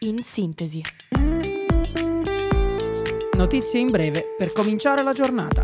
in sintesi. Notizie in breve per cominciare la giornata.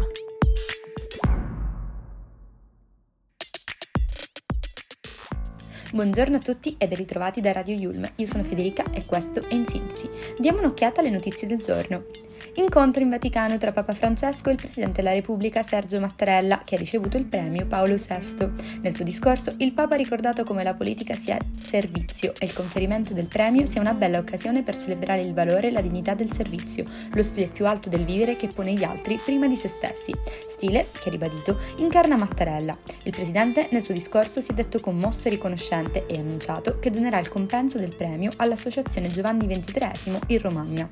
Buongiorno a tutti e ben ritrovati da Radio Yulm. Io sono Federica e questo è In Sintesi. Diamo un'occhiata alle notizie del giorno. Incontro in Vaticano tra Papa Francesco e il Presidente della Repubblica Sergio Mattarella, che ha ricevuto il premio Paolo VI. Nel suo discorso il Papa ha ricordato come la politica sia servizio e il conferimento del premio sia una bella occasione per celebrare il valore e la dignità del servizio, lo stile più alto del vivere che pone gli altri prima di se stessi. Stile che, ribadito, incarna Mattarella. Il Presidente nel suo discorso si è detto commosso e riconoscente e ha annunciato che donerà il compenso del premio all'Associazione Giovanni XXIII in Romagna.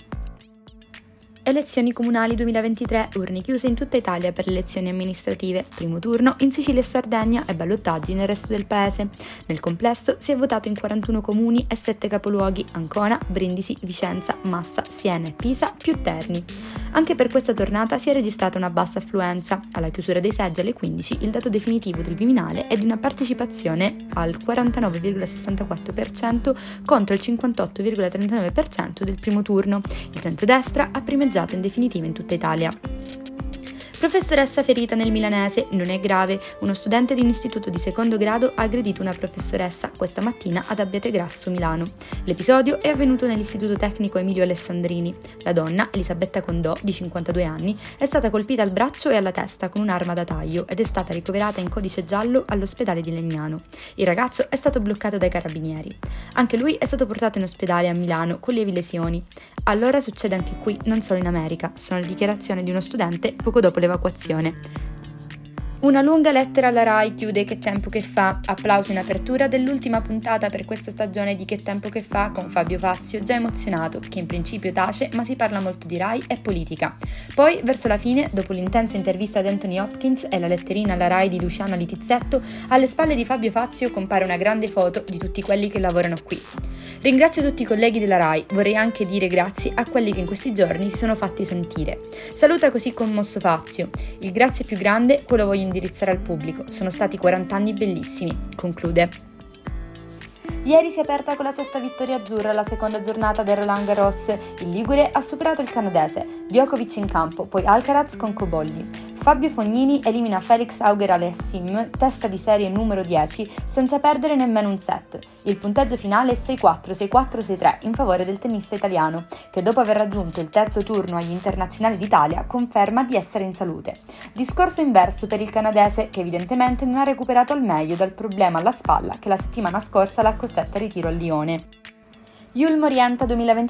Elezioni comunali 2023, urne chiuse in tutta Italia per le elezioni amministrative, primo turno in Sicilia e Sardegna e ballottaggi nel resto del paese. Nel complesso si è votato in 41 comuni e 7 capoluoghi: Ancona, Brindisi, Vicenza, Massa, Siena e Pisa, più Terni. Anche per questa tornata si è registrata una bassa affluenza. Alla chiusura dei seggi alle 15 il dato definitivo del Viminale è di una partecipazione al 49,64% contro il 58,39% del primo turno. Il centrodestra ha primeggiato in definitiva in tutta Italia. Professoressa ferita nel milanese, non è grave. Uno studente di un istituto di secondo grado ha aggredito una professoressa questa mattina ad Abbiategrasso, Milano. L'episodio è avvenuto nell'istituto tecnico Emilio Alessandrini. La donna, Elisabetta Condò, di 52 anni, è stata colpita al braccio e alla testa con un'arma da taglio ed è stata ricoverata in codice giallo all'ospedale di Legnano. Il ragazzo è stato bloccato dai carabinieri. Anche lui è stato portato in ospedale a Milano con lievi lesioni. Allora succede anche qui, non solo in America. Sono le dichiarazioni di uno studente poco dopo l'evacuazione. Una lunga lettera alla Rai chiude Che tempo che fa. Applauso in apertura dell'ultima puntata per questa stagione di Che tempo che fa con Fabio Fazio, già emozionato, che in principio tace ma si parla molto di Rai e politica. Poi, verso la fine, dopo l'intensa intervista ad Anthony Hopkins e la letterina alla Rai di Luciana Littizzetto, alle spalle di Fabio Fazio compare una grande foto di tutti quelli che lavorano qui. Ringrazio tutti i colleghi della Rai, vorrei anche dire grazie a quelli che in questi giorni si sono fatti sentire. Saluta così commosso Fazio. Il grazie più grande poi lo voglio indirizzare al pubblico. Sono stati 40 anni bellissimi, conclude. Ieri si è aperta con la sosta vittoria azzurra la seconda giornata del Roland Garros. Il ligure ha superato il canadese, Djokovic in campo, poi Alcaraz con Cobolli. Fabio Fognini elimina Felix Auger-Aliassime, testa di serie numero 10, senza perdere nemmeno un set. Il punteggio finale è 6-4, 6-4, 6-3 in favore del tennista italiano, che dopo aver raggiunto il terzo turno agli internazionali d'Italia conferma di essere in salute. Discorso inverso per il canadese, che evidentemente non ha recuperato al meglio dal problema alla spalla che la settimana scorsa l'ha costretta a ritiro al Lione. Yulm Orienta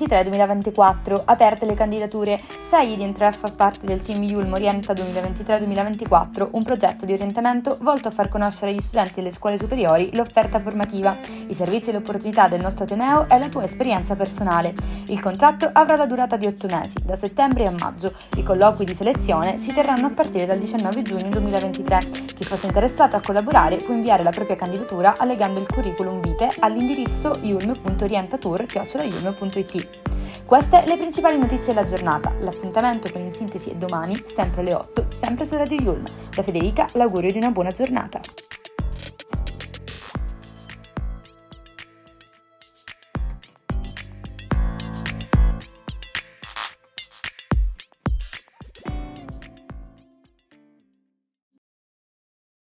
2023-2024, aperte le candidature. Scegli di entrare a far parte del team Yulm Orienta 2023-2024, un progetto di orientamento volto a far conoscere agli studenti delle scuole superiori l'offerta formativa, i servizi e le opportunità del nostro Ateneo e la tua esperienza personale. Il contratto avrà la durata di 8 mesi, da settembre a maggio. I colloqui di selezione si terranno a partire dal 19 giugno 2023. Chi fosse interessato a collaborare può inviare la propria candidatura allegando il curriculum vitae all'indirizzo yulm.orientatur@yulm.it. Queste le principali notizie della giornata. L'appuntamento con In Sintesi è domani, sempre alle 8, sempre su Radio Yulm. Da Federica l'augurio di una buona giornata.